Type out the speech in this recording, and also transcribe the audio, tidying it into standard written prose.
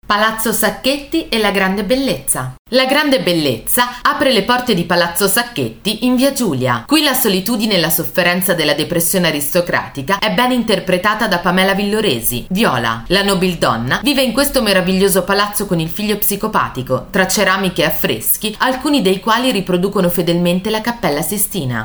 Palazzo Sacchetti e la grande bellezza. La grande bellezza apre le porte di Palazzo Sacchetti in via Giulia. Qui la solitudine e la sofferenza della depressione aristocratica è ben interpretata da Pamela Villoresi. Viola, la nobildonna, vive in questo meraviglioso palazzo con il figlio psicopatico, tra ceramiche e affreschi, alcuni dei quali riproducono fedelmente la Cappella Sistina.